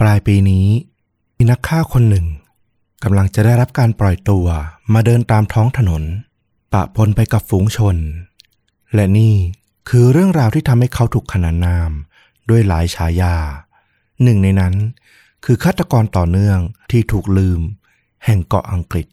ปลายปีนี้มีนักฆ่าคนหนึ่งกำลังจะได้รับการปล่อยตัวมาเดินตามท้องถนนปะปนไปกับฝูงชนและนี่คือเรื่องราวที่ทำให้เขาถูกขนานนามด้วยหลายฉายาหนึ่งในนั้นคือฆาตกรต่อเนื่องที่ถูกลืมแห่งเกาะอังกฤษ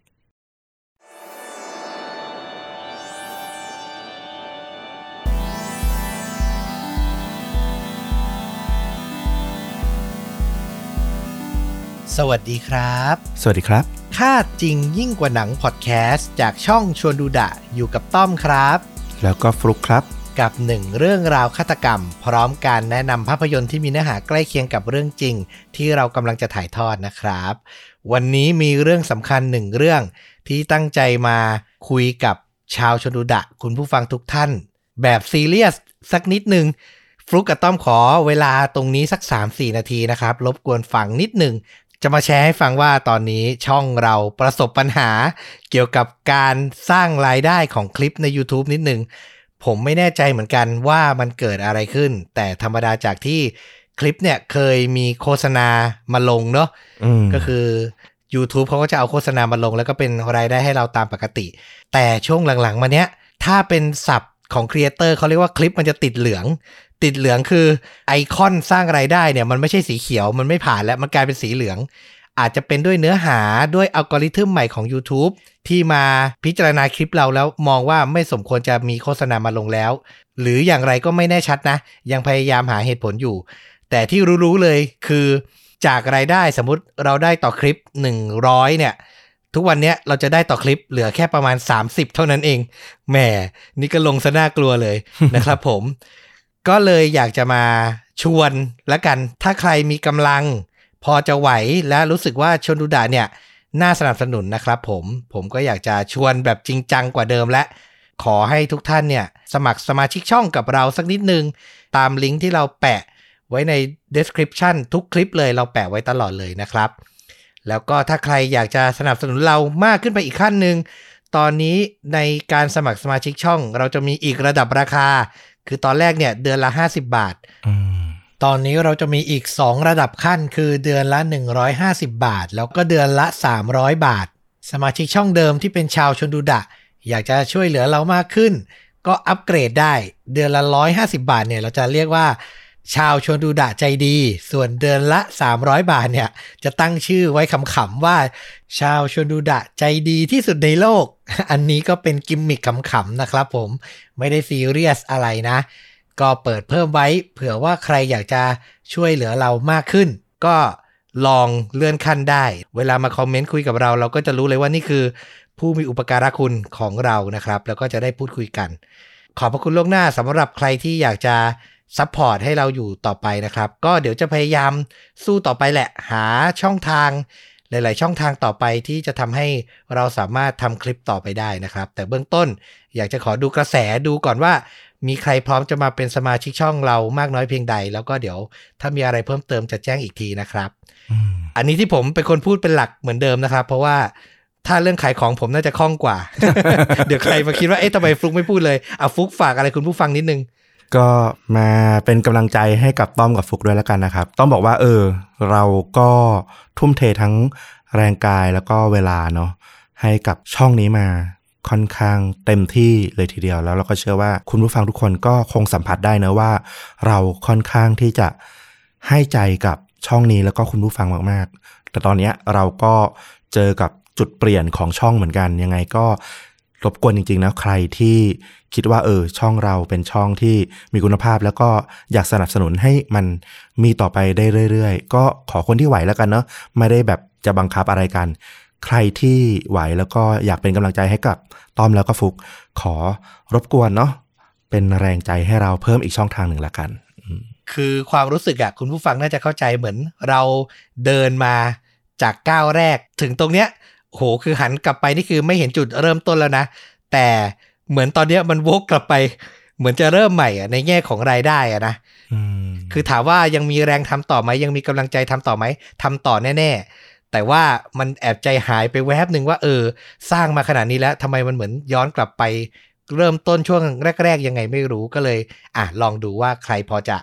สวัสดีครับสวัสดีครับค่าจริงยิ่งกว่าหนังพอดแคสต์จากช่องชวนดูดะอยู่กับต้อมครับแล้วก็ฟลุกครับกับ1เรื่องราวฆาตกรรมพร้อมการแนะนำภาพยนตร์ที่มีเนื้อหาใกล้เคียงกับเรื่องจริงที่เรากำลังจะถ่ายทอดนะครับวันนี้มีเรื่องสำคัญ1เรื่องที่ตั้งใจมาคุยกับชาวชวนดูดะคุณผู้ฟังทุกท่านแบบซีเรียสสักนิดนึงฟลุกกับต้อมขอเวลาตรงนี้สัก 3-4 นาทีนะครับรบกวนฟังนิดนึงจะมาแชร์ให้ฟังว่าตอนนี้ช่องเราประสบปัญหาเกี่ยวกับการสร้างรายได้ของคลิปใน YouTube นิดนึงผมไม่แน่ใจเหมือนกันว่ามันเกิดอะไรขึ้นแต่ธรรมดาจากที่คลิปเนี่ยเคยมีโฆษณามาลงเนาะก็คือ YouTube เขาก็จะเอาโฆษณามาลงแล้วก็เป็นรายได้ให้เราตามปกติแต่ช่วงหลังๆมาเนี้ยถ้าเป็นศัพท์ของครีเอเตอร์เขาเรียกว่าคลิปมันจะติดเหลืองคือไอคอนสร้างรายได้เนี่ยมันไม่ใช่สีเขียวมันไม่ผ่านแล้วมันกลายเป็นสีเหลืองอาจจะเป็นด้วยเนื้อหาด้วยอัลกอริทึมใหม่ของ YouTube ที่มาพิจารณาคลิปเราแล้วมองว่าไม่สมควรจะมีโฆษณามาลงแล้วหรืออย่างไรก็ไม่แน่ชัดนะยังพยายามหาเหตุผลอยู่แต่ที่รู้ๆเลยคือจากรายได้สมมุติเราได้ต่อคลิป100เนี่ยทุกวันนี้เราจะได้ต่อคลิปเหลือแค่ประมาณ30เท่านั้นเองแหมนี่ก็ลงซะน่ากลัวเลย นะครับผมก็เลยอยากจะมาชวนแล้วกันถ้าใครมีกำลังพอจะไหวและรู้สึกว่าชวนดูดะเนี่ยน่าสนับสนุนนะครับผมก็อยากจะชวนแบบจริงจังกว่าเดิมและขอให้ทุกท่านเนี่ยสมัครสมาชิกช่องกับเราสักนิดนึงตามลิงก์ที่เราแปะไว้ใน description ทุกคลิปเลยเราแปะไว้ตลอดเลยนะครับแล้วก็ถ้าใครอยากจะสนับสนุนเรามากขึ้นไปอีกขั้นนึงตอนนี้ในการสมัครสมาชิกช่องเราจะมีอีกระดับราคาคือตอนแรกเนี่ยเดือนละ50บาทตอนนี้เราจะมีอีก2ระดับขั้นคือเดือนละ150บาทแล้วก็เดือนละ300บาทสมาชิกช่องเดิมที่เป็นชาวชวนดูดะอยากจะช่วยเหลือเรามากขึ้นก็อัปเกรดได้เดือนละ150บาทเนี่ยเราจะเรียกว่าชาวชวนดูดะใจดีส่วนเดือนละ300บาทเนี่ยจะตั้งชื่อไว้ขำๆว่าชาวชวนดูดะใจดีที่สุดในโลกอันนี้ก็เป็นกิมมิคขำๆนะครับผมไม่ได้ซีเรียสอะไรนะก็เปิดเพิ่มไว้เผื่อว่าใครอยากจะช่วยเหลือเรามากขึ้นก็ลองเลื่อนขั้นได้เวลามาคอมเมนต์คุยกับเราก็จะรู้เลยว่านี่คือผู้มีอุปการะคุณของเรานะครับแล้วก็จะได้พูดคุยกันขอบพระคุณล่วงหน้าสำหรับใครที่อยากจะซัพพอร์ตให้เราอยู่ต่อไปนะครับก็เดี๋ยวจะพยายามสู้ต่อไปแหละหาช่องทางหลายๆช่องทางต่อไปที่จะทำให้เราสามารถทำคลิปต่อไปได้นะครับแต่เบื้องต้นอยากจะขอดูกระแสดูก่อนว่ามีใครพร้อมจะมาเป็นสมาชิกช่องเรามากน้อยเพียงใดแล้วก็เดี๋ยวถ้ามีอะไรเพิ่มเติมจะแจ้งอีกทีนะครับอันนี้ที่ผมเป็นคนพูดเป็นหลักเหมือนเดิมนะครับเพราะว่าถ้าเรื่องขายของผมน่าจะคล่องกว่า เดี๋ยวใครมาคิดว่าเอ๊ะทำไมฟลุกไม่พูดเลยฟลุกฝากอะไรคุณผู้ฟังนิดนึงก็มาเป็นกำลังใจให้กับต้อมกับฟลุกด้วยแล้วกันนะครับต้องบอกว่าเราก็ทุ่มเททั้งแรงกายแล้วก็เวลาเนาะให้กับช่องนี้มาค่อนข้างเต็มที่เลยทีเดียวแล้วเราก็เชื่อว่าคุณผู้ฟังทุกคนก็คงสัมผัสได้นะว่าเราค่อนข้างที่จะให้ใจกับช่องนี้แล้วก็คุณผู้ฟังมากๆแต่ตอนนี้เราก็เจอกับจุดเปลี่ยนของช่องเหมือนกันยังไงก็รบกวนจริงๆนะใครที่คิดว่าช่องเราเป็นช่องที่มีคุณภาพแล้วก็อยากสนับสนุนให้มันมีต่อไปได้เรื่อยๆก็ขอคนที่ไหวแล้วกันเนาะไม่ได้แบบจะบังคับอะไรกันใครที่ไหวแล้วก็อยากเป็นกำลังใจให้กับต้อมแล้วก็ฟลุกขอรบกวนเนาะเป็นแรงใจให้เราเพิ่มอีกช่องทางหนึ่งละกันคือความรู้สึกคุณผู้ฟังน่าจะเข้าใจเหมือนเราเดินมาจากก้าวแรกถึงตรงเนี้ยโหคือหันกลับไปนี่คือไม่เห็นจุดเริ่มต้นแล้วนะแต่เหมือนตอนนี้มันวกกลับไปเหมือนจะเริ่มใหม่ในแง่ของรายได้นะคือถามว่ายังมีแรงทำต่อไหมยังมีกำลังใจทำต่อไหมทำต่อแน่ๆแต่ว่ามันแอบใจหายไปแวบหนึ่งว่าสร้างมาขนาดนี้แล้วทำไมมันเหมือนย้อนกลับไปเริ่มต้นช่วงแรกๆยังไงไม่รู้ก็เลยลองดูว่าใครพอจะ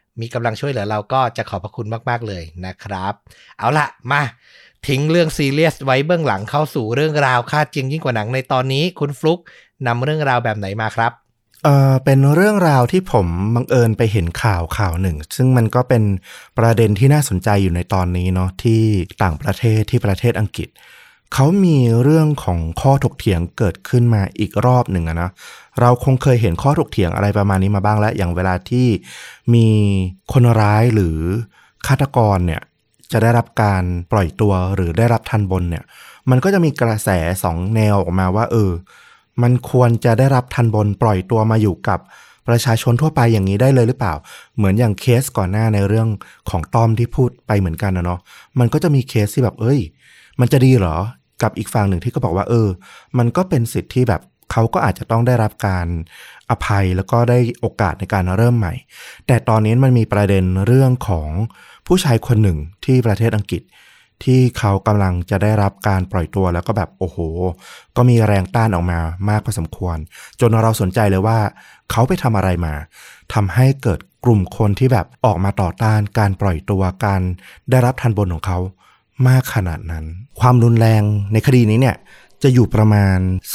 มีกำลังช่วยเหลือเราก็จะขอบพระคุณมากๆเลยนะครับเอาล่ะมาทิ้งเรื่องซีเรียสไว้เบื้องหลังเข้าสู่เรื่องราวค่าจริงยิ่งกว่าหนังในตอนนี้คุณฟลุกนำเรื่องราวแบบไหนมาครับเป็นเรื่องราวที่ผมบังเอิญไปเห็นข่าวหนึ่งซึ่งมันก็เป็นประเด็นที่น่าสนใจอยู่ในตอนนี้เนาะที่ต่างประเทศที่ประเทศอังกฤษเขามีเรื่องของข้อถกเถียงเกิดขึ้นมาอีกรอบหนึ่งนะเราคงเคยเห็นข้อถกเถียงอะไรประมาณนี้มาบ้างแล้วอย่างเวลาที่มีคนร้ายหรือฆาตกรเนี่ยจะได้รับการปล่อยตัวหรือได้รับทันบนเนี่ยมันก็จะมีกระแสสองแนวออกมาว่ามันควรจะได้รับทันบนปล่อยตัวมาอยู่กับประชาชนทั่วไปอย่างนี้ได้เลยหรือเปล่าเหมือนอย่างเคสก่อนหน้าในเรื่องของต้อมที่พูดไปเหมือนกันนะเนาะมันก็จะมีเคสที่แบบมันจะดีเหรอกับอีกฝั่งหนึ่งที่ก็บอกว่ามันก็เป็นสิทธิ์ที่แบบเขาก็อาจจะต้องได้รับการอภัยแล้วก็ได้โอกาสในการเริ่มใหม่แต่ตอนนี้มันมีประเด็นเรื่องของผู้ชายคนหนึ่งที่ประเทศอังกฤษที่เขากำลังจะได้รับการปล่อยตัวแล้วก็แบบก็มีแรงต้านออกมามากพอสมควรจนเราสนใจเลยว่าเขาไปทำอะไรมาทำให้เกิดกลุ่มคนที่แบบออกมาต่อต้านการปล่อยตัวการได้รับทันบนของเขามากขนาดนั้นความรุนแรงในคดีนี้เนี่ยจะอยู่ประมาณ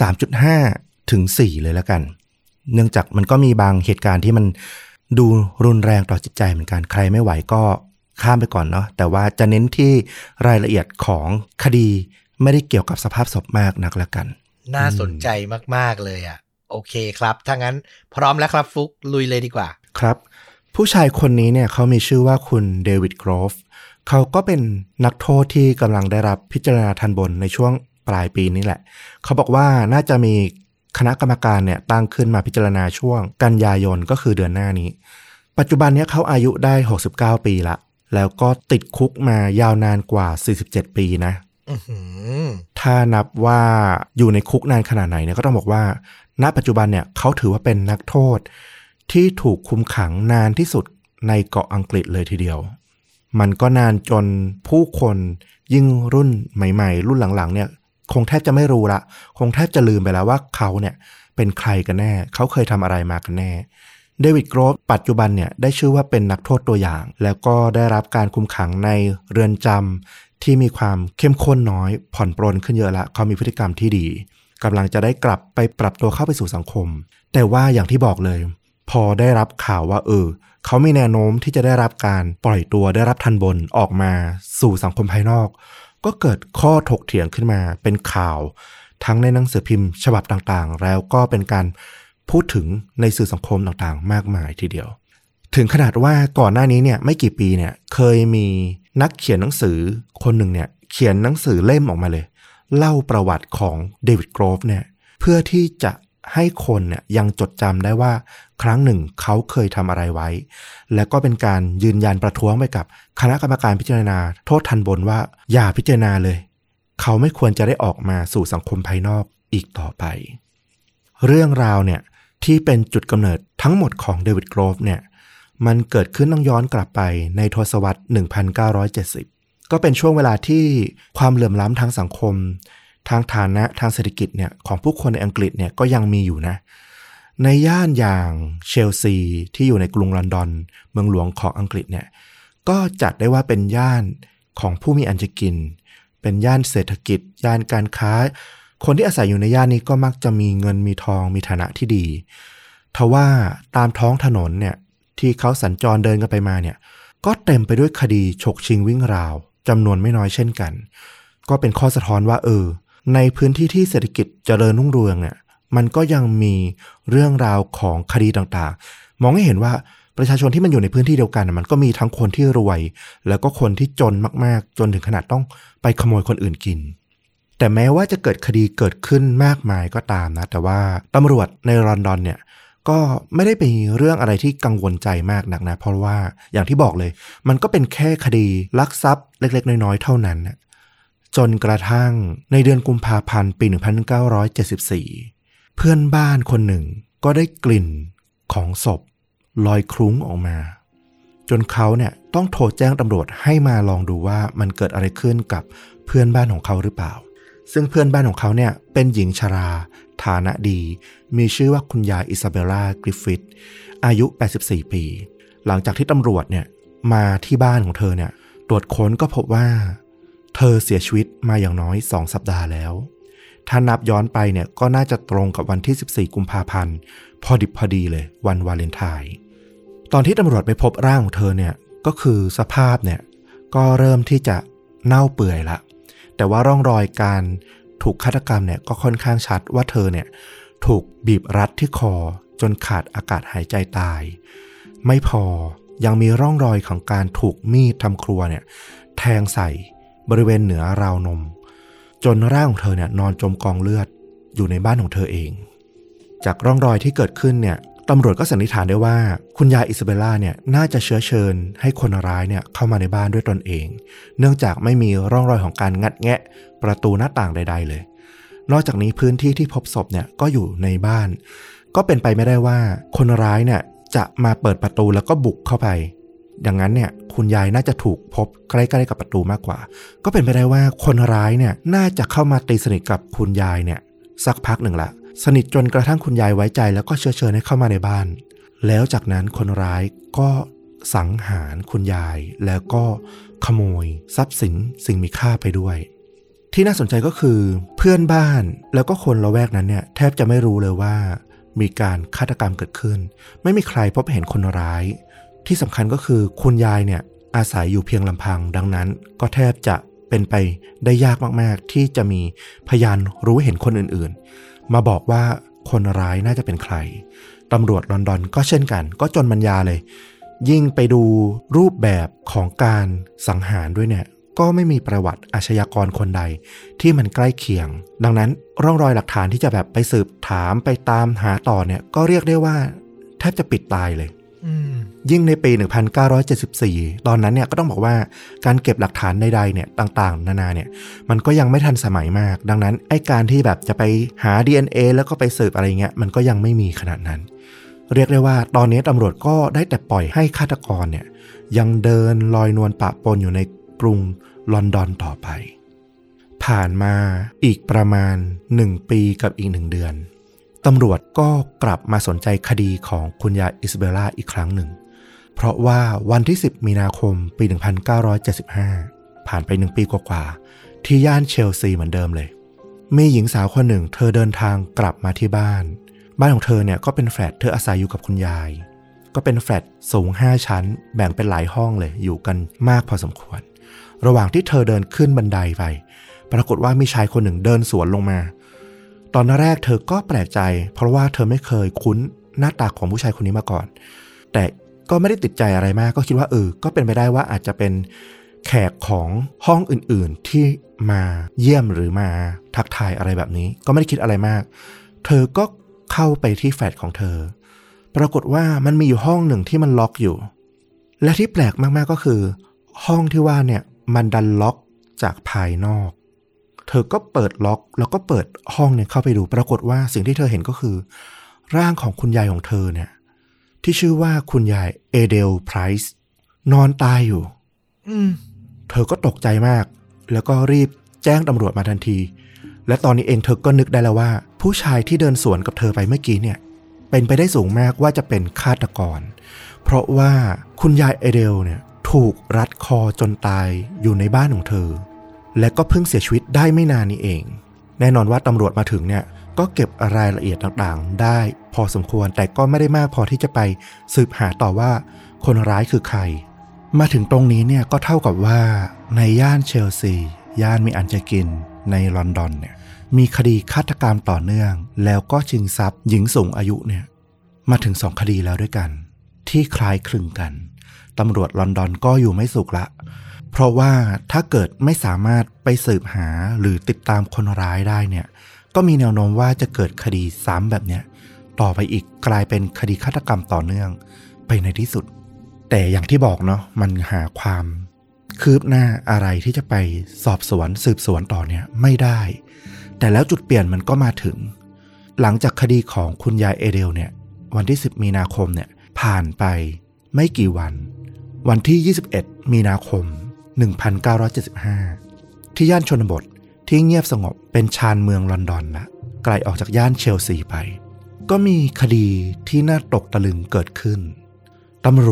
3.5 ถึง 4เลยแล้วกันเนื่องจากมันก็มีบางเหตุการณ์ที่มันดูรุนแรงต่อจิตใจเหมือนกันใครไม่ไหวก็ข้ามไปก่อนเนาะแต่ว่าจะเน้นที่รายละเอียดของคดีไม่ได้เกี่ยวกับสภาพศพมากนักละกันน่าสนใจมากๆเลยอ่ะโอเคครับถ้างั้นพร้อมแล้วครับฟุกลุยเลยดีกว่าครับผู้ชายคนนี้เนี่ยเขามีชื่อว่าคุณเดวิดโกรฟเขาก็เป็นนักโทษที่กำลังได้รับพิจารณาทันบนในช่วงปลายปีนี้แหละเขาบอกว่าน่าจะมีคณะกรรมการเนี่ยตั้งขึ้นมาพิจารณาช่วงกันยายนก็คือเดือนหน้านี้ปัจจุบันนี้เขาอายุได้69ปีละแล้วก็ติดคุกมายาวนานกว่า47ปีนะถ้านับว่าอยู่ในคุกนานขนาดไหนเนี่ยก็ต้องบอกว่าณปัจจุบันเนี่ยเขาถือว่าเป็นนักโทษที่ถูกคุมขังนานที่สุดในเกาะอังกฤษเลยทีเดียวมันก็นานจนผู้คนยิ่งรุ่นใหม่ๆรุ่นหลังๆเนี่ยคงแทบจะไม่รู้ละคงแทบจะลืมไปแล้วว่าเขาเนี่ยเป็นใครกันแน่เขาเคยทำอะไรมากันแน่เดวิดโกรฟปัจจุบันเนี่ยได้ชื่อว่าเป็นนักโทษตัวอย่างแล้วก็ได้รับการคุมขังในเรือนจำที่มีความเข้มข้นน้อยผ่อนปรนขึ้นเยอะละเขามีพฤติกรรมที่ดีกำลังจะได้กลับไปปรับตัวเข้าไปสู่สังคมแต่ว่าอย่างที่บอกเลยพอได้รับข่าวว่าเขามีแนวโน้มที่จะได้รับการปล่อยตัวได้รับทันบนออกมาสู่สังคมภายนอกก็เกิดข้อถกเถียงขึ้นมาเป็นข่าวทั้งในหนังสือพิมพ์ฉบับต่างๆแล้วก็เป็นการพูดถึงในสื่อสังคมต่างๆมากมายทีเดียวถึงขนาดว่าก่อนหน้านี้เนี่ยไม่กี่ปีเนี่ยเคยมีนักเขียนหนังสือคนหนึ่งเนี่ยเขียนหนังสือเล่มออกมาเลยเล่าประวัติของเดวิดโกรฟเนี่ยเพื่อที่จะให้คนเนี่ยยังจดจำได้ว่าครั้งหนึ่งเขาเคยทำอะไรไว้และก็เป็นการยืนยันประท้วงไปกับคณะกรรมการพิจารณาโทษทันบนว่าอย่าพิจารณาเลยเขาไม่ควรจะได้ออกมาสู่สังคมภายนอกอีกต่อไปเรื่องราวเนี่ยที่เป็นจุดกำเนิดทั้งหมดของเดวิดโกรฟเนี่ยมันเกิดขึ้นต้องย้อนกลับไปในทศวรรษ 1970 ก็เป็นช่วงเวลาที่ความเหลื่อมล้ำทางสังคมทางฐานะทางเศรษฐกิจเนี่ยของผู้คนในอังกฤษเนี่ยก็ยังมีอยู่นะในย่านอย่างเชลซีที่อยู่ในกรุงลอนดอนเมืองหลวงของอังกฤษเนี่ยก็จัดได้ว่าเป็นย่านของผู้มีอันจะกินเป็นย่านเศรษฐกิจย่านการค้าคนที่อาศัยอยู่ในย่านนี้ก็มักจะมีเงินมีทองมีฐานะที่ดีทว่าตามท้องถนนเนี่ยที่เขาสัญจรเดินกันไปมาเนี่ยก็เต็มไปด้วยคดีฉกชิงวิ่งราวจำนวนไม่น้อยเช่นกันก็เป็นข้อสะท้อนว่าในพื้นที่ที่เศรษฐกิจเจริญรุ่งเรืองเนี่ยมันก็ยังมีเรื่องราวของคดีต่างๆมองให้เห็นว่าประชาชนที่มันอยู่ในพื้นที่เดียวกันมันก็มีทั้งคนที่รวยแล้วก็คนที่จนมากๆจนถึงขนาดต้องไปขโมยคนอื่นกินแต่แม้ว่าจะเกิดคดีเกิดขึ้นมากมายก็ตามนะแต่ว่าตำรวจในลอนดอนเนี่ยก็ไม่ได้เป็นเรื่องอะไรที่กังวลใจมากนักนะเพราะว่าอย่างที่บอกเลยมันก็เป็นแค่คดีลักทรัพย์เล็กๆน้อยๆเท่านั้นนะจนกระทั่งในเดือนกุมภาพันธ์ปี 1974 เพื่อนบ้านคนหนึ่งก็ได้กลิ่นของศพลอยคลุ้งออกมาจนเขาเนี่ยต้องโทรแจ้งตำรวจให้มาลองดูว่ามันเกิดอะไรขึ้นกับเพื่อนบ้านของเขาหรือเปล่าซึ่งเพื่อนบ้านของเขาเนี่ยเป็นหญิงชราฐานะดีมีชื่อว่าคุณยายอิซาเบลล่ากริฟฟิธอายุ84ปีหลังจากที่ตำรวจเนี่ยมาที่บ้านของเธอเนี่ยตรวจค้นก็พบว่าเธอเสียชีวิตมาอย่างน้อย2 สัปดาห์แล้วถ้านับย้อนไปเนี่ยก็น่าจะตรงกับวันที่14 กุมภาพันธ์พอดิบพอดีเลยวันวาเลนไทน์ตอนที่ตำรวจไปพบร่างของเธอเนี่ยก็คือสภาพเนี่ยก็เริ่มที่จะเน่าเปื่อยละแต่ว่าร่องรอยการถูกฆาตกรรมเนี่ยก็ค่อนข้างชัดว่าเธอเนี่ยถูกบีบรัดที่คอจนขาดอากาศหายใจตายไม่พอยังมีร่องรอยของการถูกมีดทำครัวเนี่ยแทงใส่บริเวณเหนือราวนมจนร่างของเธอเนี่ยนอนจมกองเลือดอยู่ในบ้านของเธอเองจากร่องรอยที่เกิดขึ้นเนี่ยตำรวจก็สันนิษฐานได้ว่าคุณยายอิซาเบลล่าเนี่ยน่าจะเชื้อเชิญให้คนร้ายเนี่ยเข้ามาในบ้านด้วยตนเองเนื่องจากไม่มีร่องรอยของการงัดแงะประตูหน้าต่างใดๆเลยนอกจากนี้พื้นที่ที่พบศพเนี่ยก็อยู่ในบ้านก็เป็นไปไม่ได้ว่าคนร้ายเนี่ยจะมาเปิดประตูแล้วก็บุกเข้าไปดังนั้นเนี่ยคุณยายน่าจะถูกพบใกล้ๆกับประตูมากกว่าก็เป็นไปได้ว่าคนร้ายเนี่ยน่าจะเข้ามาตีสนิทกับคุณยายเนี่ยสักพักหนึ่งละสนิทจนกระทั่งคุณยายไว้ใจแล้วก็เชื้อเชิญให้เข้ามาในบ้านแล้วจากนั้นคนร้ายก็สังหารคุณยายแล้วก็ขโมยทรัพย์สินสิ่งมีค่าไปด้วยที่น่าสนใจก็คือเพื่อนบ้านแล้วก็คนละแวกนั้นเนี่ยแทบจะไม่รู้เลยว่ามีการฆาตกรรมเกิดขึ้นไม่มีใครพบเห็นคนร้ายที่สำคัญก็คือคุณยายเนี่ยอาศัยอยู่เพียงลำพังดังนั้นก็แทบจะเป็นไปได้ยากมากๆที่จะมีพยานรู้เห็นคนอื่นๆมาบอกว่าคนร้ายน่าจะเป็นใครตำรวจลอนดอนก็เช่นกันก็จนปัญญาเลยยิ่งไปดูรูปแบบของการสังหารด้วยเนี่ยก็ไม่มีประวัติอาชญากรคนใดที่มันใกล้เคียงดังนั้นร่องรอยหลักฐานที่จะแบบไปสืบถามไปตามหาต่อเนี่ยก็เรียกได้ว่าแทบจะปิดตายเลยยิ่งในปี 1974 ตอนนั้นเนี่ยก็ต้องบอกว่าการเก็บหลักฐานใดๆเนี่ยต่างๆนานาเนี่ยมันก็ยังไม่ทันสมัยมากดังนั้นไอ้การที่แบบจะไปหา DNA แล้วก็ไปสืบอะไรเงี้ยมันก็ยังไม่มีขนาดนั้นเรียกได้ว่าตอนนี้ตำรวจก็ได้แต่ปล่อยให้ฆาตกรเนี่ยยังเดินลอยนวลปะปนอยู่ในกรุงลอนดอนต่อไปผ่านมาอีกประมาณ1 ปีกับอีก1 เดือนตำรวจก็กลับมาสนใจคดีของคุณยายอิซาเบลล่าอีกครั้งหนึ่งเพราะว่าวันที่10 มีนาคมปี 1975 ผ่านไป1 ปีกว่าๆที่ย่านเชลซีเหมือนเดิมเลยมีหญิงสาวคนหนึ่งเธอเดินทางกลับมาที่บ้านของเธอเนี่ยก็เป็นแฟลตเธออาศัยอยู่กับคุณยายก็เป็นแฟลตสูง5 ชั้นแบ่งเป็นหลายห้องเลยอยู่กันมากพอสมควรระหว่างที่เธอเดินขึ้นบันไดไปปรากฏว่ามีชายคนหนึ่งเดินสวนลงมาตอนแรกเธอก็แปลกใจเพราะว่าเธอไม่เคยคุ้นหน้าตาของผู้ชายคนนี้มาก่อนแต่ก็ไม่ได้ติดใจอะไรมากก็คิดว่าก็เป็นไปได้ว่าอาจจะเป็นแขกของห้องอื่นๆที่มาเยี่ยมหรือมาทักทายอะไรแบบนี้ก็ไม่ได้คิดอะไรมากเธอก็เข้าไปที่แฟลตของเธอปรากฏว่ามันมีอยู่ห้องหนึ่งที่มันล็อกอยู่และที่แปลกมากๆก็คือห้องที่ว่าเนี่ยมันดันล็อกจากภายนอกเธอก็เปิดล็อกแล้วก็เปิดห้องเนี่ยเข้าไปดูปรากฏว่าสิ่งที่เธอเห็นก็คือร่างของคุณยายของเธอเนี่ยที่ชื่อว่าคุณยายเอเดลไพรส์นอนตายอยู่เธอก็ตกใจมากแล้วก็รีบแจ้งตำรวจมาทันทีและตอนนี้เองเธอก็นึกได้แล้วว่าผู้ชายที่เดินสวนกับเธอไปเมื่อกี้เนี่ยเป็นไปได้สูงมากว่าจะเป็นฆาตกรเพราะว่าคุณยายเอเดลเนี่ยถูกรัดคอจนตายอยู่ในบ้านของเธอและก็เพิ่งเสียชีวิตได้ไม่นานนี้เองแน่นอนว่าตำรวจมาถึงเนี่ยก็เก็บรายละเอียดต่างๆได้พอสมควรแต่ก็ไม่ได้มากพอที่จะไปสืบหาต่อว่าคนร้ายคือใครมาถึงตรงนี้เนี่ยก็เท่ากับว่าในย่านเชลซีย่านมีอันจะกินในลอนดอนเนี่ยมีคดีฆาตกรรมต่อเนื่องแล้วก็ชิงทรัพย์หญิงสูงอายุเนี่ยมาถึง2 คดีแล้วด้วยกันที่คล้ายคลึงกันตำรวจลอนดอนก็อยู่ไม่สุขละเพราะว่าถ้าเกิดไม่สามารถไปสืบหาหรือติดตามคนร้ายได้เนี่ยก็มีแนวโน้มว่าจะเกิดคดีซ้ำแบบเนี้ยต่อไปอีกกลายเป็นคดีฆาตกรรมต่อเนื่องไปในที่สุดแต่อย่างที่บอกเนาะมันหาความคืบหน้าอะไรที่จะไปสอบสวนสืบสวนต่อเนี่ยไม่ได้แต่แล้วจุดเปลี่ยนมันก็มาถึงหลังจากคดีของคุณยายเอเดลเนี่ยวันที่10 มีนาคมเนี่ยผ่านไปไม่กี่วันที่21 มีนาคม 1975ที่ย่านชนบทที่เงียบสงบเป็นชานเมืองลอนดอนละไกลออกจากย่านเชลซีไปก็มีคดีที่น่าตกตะลึงเกิดขึ้นตำรวจ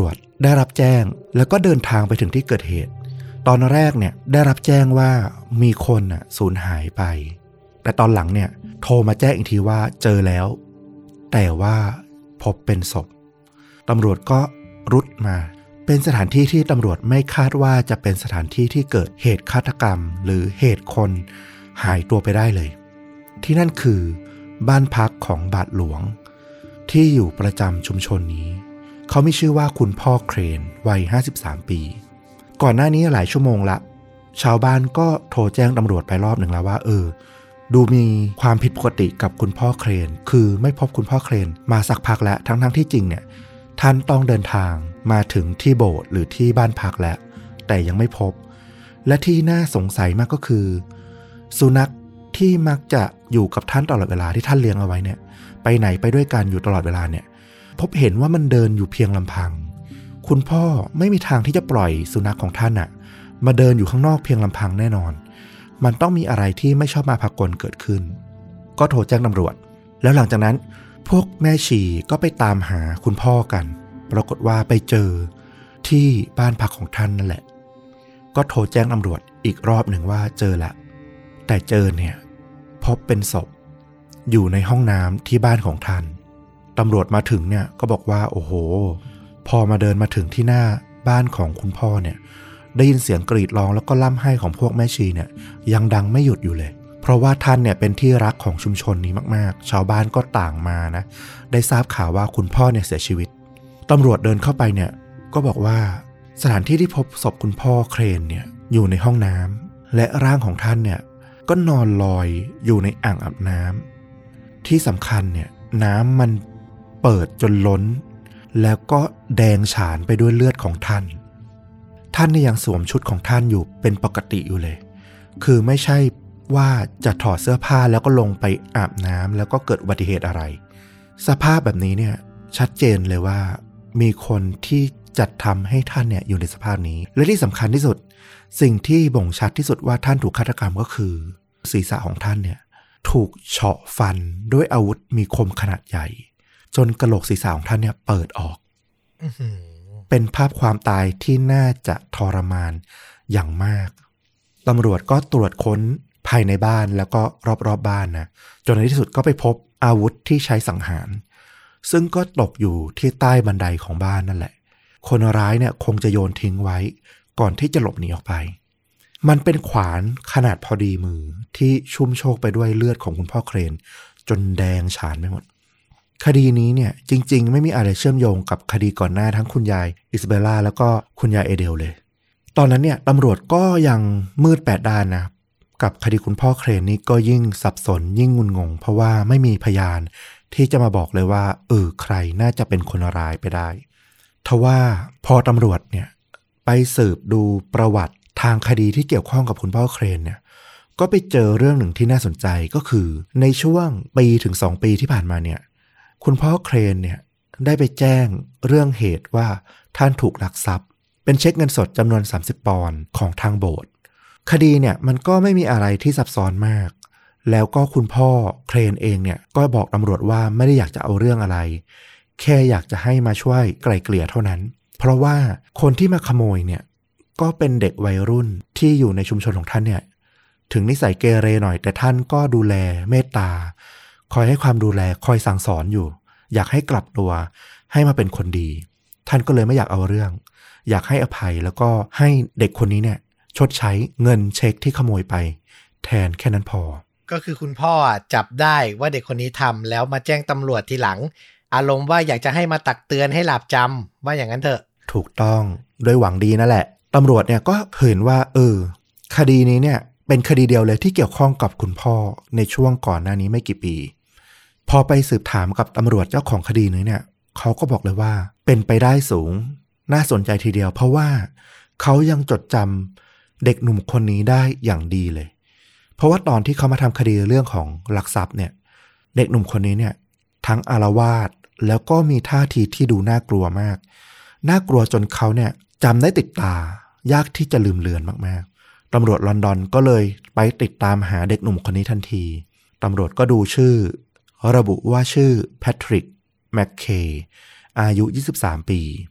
ได้รับแจ้งแล้วก็เดินทางไปถึงที่เกิดเหตุตอนแรกเนี่ยได้รับแจ้งว่ามีคนสูญหายไปแต่ตอนหลังเนี่ยโทรมาแจ้งอีกทีว่าเจอแล้วแต่ว่าพบเป็นศพตำรวจก็รุดมาเป็นสถานที่ที่ตำรวจไม่คาดว่าจะเป็นสถานที่ที่เกิดเหตุฆาตกรรมหรือเหตุคนหายตัวไปได้เลยที่นั่นคือบ้านพักของบาทหลวงที่อยู่ประจำชุมชนนี้เขามีชื่อว่าคุณพ่อเครนวัย53ปีก่อนหน้านี้หลายชั่วโมงละชาวบ้านก็โทรแจ้งตำรวจไปรอบหนึ่งแล้วว่าดูมีความผิดปกติกับคุณพ่อเครนคือไม่พบคุณพ่อเครนมาสักพักแล้วทั้งที่จริงเนี่ยท่านต้องเดินทางมาถึงที่โบสถ์หรือที่บ้านพักแล้วแต่ยังไม่พบและที่น่าสงสัยมากก็คือสุนัขที่มักจะอยู่กับท่านตลอดเวลาที่ท่านเลี้ยงเอาไว้เนี่ยไปไหนไปด้วยกันอยู่ตลอดเวลาเนี่ยพบเห็นว่ามันเดินอยู่เพียงลำพังคุณพ่อไม่มีทางที่จะปล่อยสุนัขของท่านมาเดินอยู่ข้างนอกเพียงลำพังแน่นอนมันต้องมีอะไรที่ไม่ชอบมาพากลเกิดขึ้นก็โทรแจ้งตำรวจแล้วหลังจากนั้นพวกแม่ชีก็ไปตามหาคุณพ่อกันปรากฏว่าไปเจอที่บ้านพักของท่านนั่นแหละก็โทรแจ้งตำรวจอีกรอบหนึ่งว่าเจอละแต่เจอเนี่ยพบเป็นศพอยู่ในห้องน้ำที่บ้านของท่านตำรวจมาถึงเนี่ยก็บอกว่าโอ้โหพอมาเดินมาถึงที่หน้าบ้านของคุณพ่อเนี่ยได้ยินเสียงกรีดร้องแล้วก็ล่ำไห้ของพวกแม่ชีเนี่ยยังดังไม่หยุดอยู่เลยเพราะว่าท่านเนี่ยเป็นที่รักของชุมชนนี้มากๆชาวบ้านก็ต่างมานะได้ทราบข่าวว่าคุณพ่อเนี่ยเสียชีวิตตำรวจเดินเข้าไปเนี่ยก็บอกว่าสถานที่ที่พบศพคุณพ่อเครนเนี่ยอยู่ในห้องน้ำและร่างของท่านเนี่ยก็นอนลอยอยู่ในอ่างอาบน้ำที่สำคัญเนี่ยน้ำมันเปิดจนล้นแล้วก็แดงฉานไปด้วยเลือดของท่านเนี่ยยังสวมชุดของท่านอยู่เป็นปกติอยู่เลยคือไม่ใช่ว่าจะถอดเสื้อผ้าแล้วก็ลงไปอาบน้ำแล้วก็เกิดอุบัติเหตุอะไรสภาพแบบนี้เนี่ยชัดเจนเลยว่ามีคนที่จัดทำให้ท่านเนี่ยอยู่ในสภาพนี้และที่สำคัญที่สุดสิ่งที่บ่งชัดที่สุดว่าท่านถูกฆาตกรรมก็คือศีรษะของท่านเนี่ยถูกเฉาะฟันด้วยอาวุธมีคมขนาดใหญ่จนกะโหลกศีรษะของท่านเนี่ยเปิดออกเป็นภาพความตายที่น่าจะทรมานอย่างมากตำรวจก็ตรวจค้นภายในบ้านแล้วก็รอบๆบ้านนะจนในที่สุดก็ไปพบอาวุธที่ใช้สังหารซึ่งก็ตกอยู่ที่ใต้บันไดของบ้านนั่นแหละคนร้ายเนี่ยคงจะโยนทิ้งไว้ก่อนที่จะหลบหนีออกไปมันเป็นขวานขนาดพอดีมือที่ชุ่มโชกไปด้วยเลือดของคุณพ่อเครนจนแดงฉานไปหมดคดีนี้เนี่ยจริงๆไม่มีอะไรเชื่อมโยงกับคดีก่อนหน้าทั้งคุณยายอิซาเบลล่าแล้วก็คุณยายเอเดลเลยตอนนั้นเนี่ยตำรวจก็ยังมืดแปดด้านนะกับคดีคุณพ่อเครนนี้ก็ยิ่งสับสนยิ่งงุนงงเพราะว่าไม่มีพยานที่จะมาบอกเลยว่าใครน่าจะเป็นคนร้ายไปได้ทว่าพอตำรวจเนี่ยไปสืบดูประวัติทางคดีที่เกี่ยวข้องกับคุณพ่อเครนเนี่ยก็ไปเจอเรื่องหนึ่งที่น่าสนใจก็คือในช่วงปีถึง2 ปีที่ผ่านมาเนี่ยคุณพ่อเครนเนี่ยได้ไปแจ้งเรื่องเหตุว่าท่านถูกลักทรัพย์เป็นเช็คเงินสดจำนวน30 ปอนด์ของทางโบสถ์คดีเนี่ยมันก็ไม่มีอะไรที่ซับซ้อนมากแล้วก็คุณพ่อเครนเองเนี่ยก็บอกตำรวจว่าไม่ได้อยากจะเอาเรื่องอะไรแค่อยากจะให้มาช่วยไกล่เกลี่ยเท่านั้นเพราะว่าคนที่มาขโมยเนี่ยก็เป็นเด็กวัยรุ่นที่อยู่ในชุมชนของท่านเนี่ยถึงนิสัยเกเรหน่อยแต่ท่านก็ดูแลเมตตาคอยให้ความดูแลคอยสั่งสอนอยู่อยากให้กลับตัวให้มาเป็นคนดีท่านก็เลยไม่อยากเอาเรื่องอยากให้อภัยแล้วก็ให้เด็กคนนี้เนี่ยชดใช้เงินเช็คที่ขโมยไปแทนแค่นั้นพอก็คือคุณพ่อจับได้ว่าเด็กคนนี้ทำแล้วมาแจ้งตำรวจทีหลังอารมณ์ว่าอยากจะให้มาตักเตือนให้หลาบจำว่าอย่างนั้นเถอะถูกต้องโดยหวังดีนั่นแหละตำรวจเนี่ยก็เห็นว่าคดีนี้เนี่ยเป็นคดีเดียวเลยที่เกี่ยวข้องกับคุณพ่อในช่วงก่อนหน้านี้ไม่กี่ปีพอไปสืบถามกับตำรวจเจ้าของคดีนี้เนี่ยเขาก็บอกเลยว่าเป็นไปได้สูงน่าสนใจทีเดียวเพราะว่าเขายังจดจำเด็กหนุ่มคนนี้ได้อย่างดีเลยเพราะว่าตอนที่เขามาทำคดีเรื่องของลักทรัพย์เนี่ยเด็กหนุ่มคนนี้เนี่ยทั้งอาละวาดแล้วก็มีท่าทีที่ดูน่ากลัวมากน่ากลัวจนเขาเนี่ยจำได้ติดตายากที่จะลืมเลือนมากๆตำรวจลอนดอนก็เลยไปติดตามหาเด็กหนุ่มคนนี้ทันทีตำรวจก็ดูชื่อระบุว่าชื่อแพทริกแมคเคย์อายุ23 ปี